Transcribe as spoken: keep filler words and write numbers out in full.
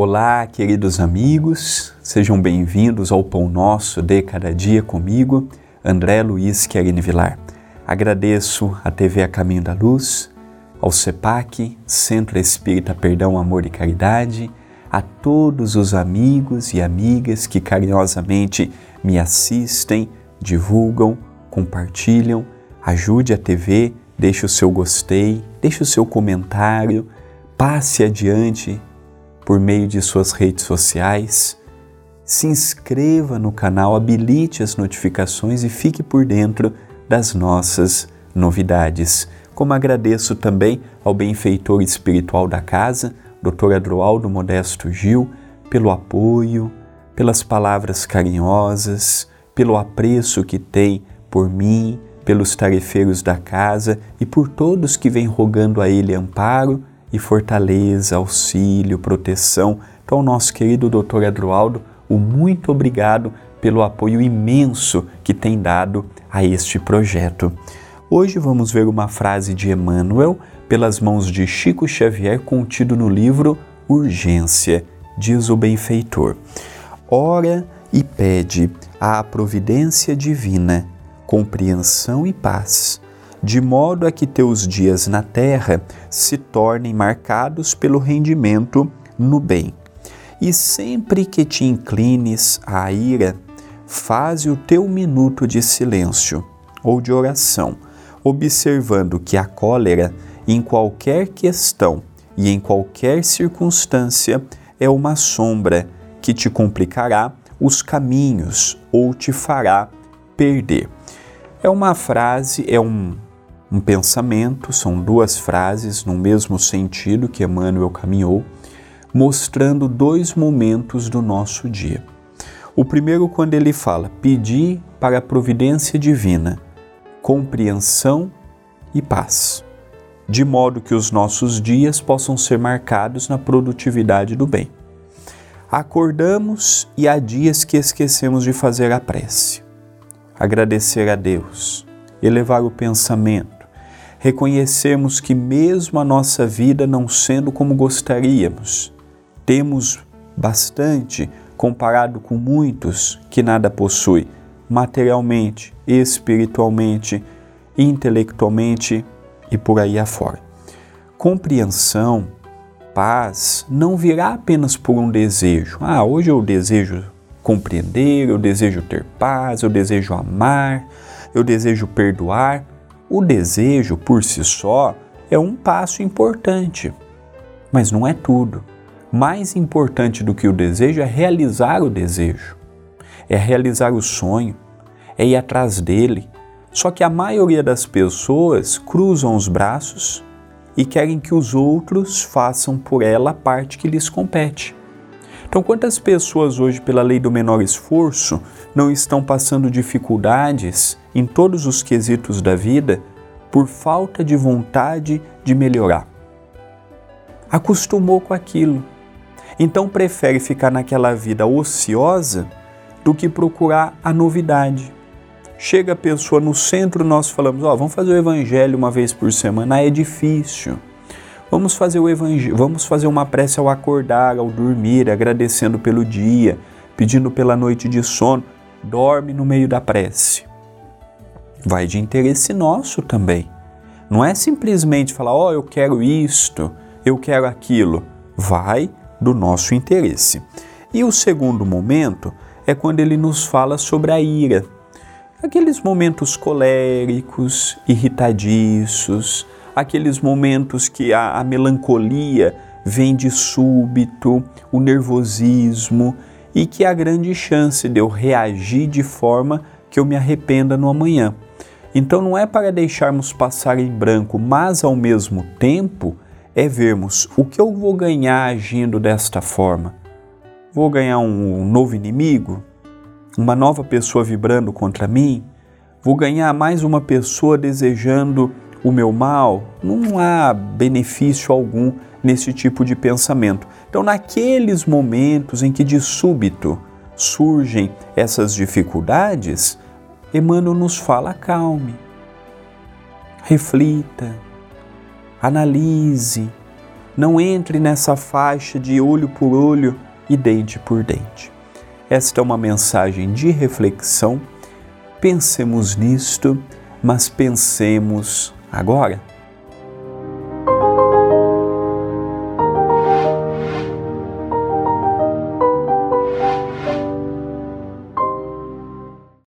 Olá, queridos amigos, sejam bem-vindos ao Pão Nosso de Cada Dia comigo, André Luiz Querini Vilar. Agradeço à T V A Caminho da Luz, ao CEPAC, Centro Espírita Perdão, Amor e Caridade, a todos os amigos e amigas que carinhosamente me assistem, divulgam, compartilham. Ajude a T V, deixe o seu gostei, deixe o seu comentário, passe adiante por meio de suas redes sociais. Se inscreva no canal, habilite as notificações e fique por dentro das nossas novidades. Como agradeço também ao benfeitor espiritual da casa, doutor Adroaldo Modesto Gil, pelo apoio, pelas palavras carinhosas, pelo apreço que tem por mim, pelos tarefeiros da casa e por todos que vêm rogando a ele amparo e fortaleza, auxílio, proteção. Então, nosso querido doutor Adroaldo, o muito obrigado pelo apoio imenso que tem dado a este projeto. Hoje vamos ver uma frase de Emmanuel, pelas mãos de Chico Xavier, contido no livro Urgência. Diz o benfeitor: ora e pede à providência divina compreensão e paz, de modo a que teus dias na terra se tornem marcados pelo rendimento no bem. E sempre que te inclines à ira, faze o teu minuto de silêncio ou de oração, observando que a cólera, em qualquer questão e em qualquer circunstância, é uma sombra que te complicará os caminhos ou te fará perder. É uma frase, é um, um pensamento, são duas frases no mesmo sentido que Emmanuel caminhou, mostrando dois momentos do nosso dia. O primeiro, quando ele fala, pedir para a providência divina compreensão e paz, de modo que os nossos dias possam ser marcados na produtividade do bem. Acordamos e há dias que esquecemos de fazer a prece. Agradecer a Deus, elevar o pensamento, reconhecermos que mesmo a nossa vida não sendo como gostaríamos, temos bastante comparado com muitos que nada possuem, materialmente, espiritualmente, intelectualmente e por aí afora. Compreensão, paz, não virá apenas por um desejo. Ah, hoje eu desejo compreender, eu desejo ter paz, eu desejo amar, eu desejo perdoar. O desejo, por si só, é um passo importante, mas não é tudo. Mais importante do que o desejo é realizar o desejo, é realizar o sonho, é ir atrás dele. Só que a maioria das pessoas cruzam os braços e querem que os outros façam por ela a parte que lhes compete. Então, quantas pessoas hoje, pela lei do menor esforço, não estão passando dificuldades em todos os quesitos da vida por falta de vontade de melhorar? Acostumou com aquilo. Então, prefere ficar naquela vida ociosa do que procurar a novidade. Chega a pessoa no centro, nós falamos, ó, vamos fazer o evangelho uma vez por semana. Ah, é difícil. Vamos fazer o evangelho, vamos fazer uma prece ao acordar, ao dormir, agradecendo pelo dia, pedindo pela noite de sono. Dorme no meio da prece. Vai de interesse nosso também. Não é simplesmente falar, ó, eu quero isto, eu quero aquilo. Vai do nosso interesse. E o segundo momento é quando ele nos fala sobre a ira. Aqueles momentos coléricos, irritadiços, aqueles momentos que a, a melancolia vem de súbito, o nervosismo, e que há grande chance de eu reagir de forma que eu me arrependa no amanhã. Então não é para deixarmos passar em branco, mas ao mesmo tempo é vermos o que eu vou ganhar agindo desta forma. Vou ganhar um novo inimigo? Uma nova pessoa vibrando contra mim? Vou ganhar mais uma pessoa desejando o meu mal? Não há benefício algum nesse tipo de pensamento. Então, naqueles momentos em que de súbito surgem essas dificuldades, Emmanuel nos fala, acalme, reflita, analise, Não entre nessa faixa de olho por olho e dente por dente. Esta é uma mensagem de reflexão. Pensemos nisto, mas pensemos agora.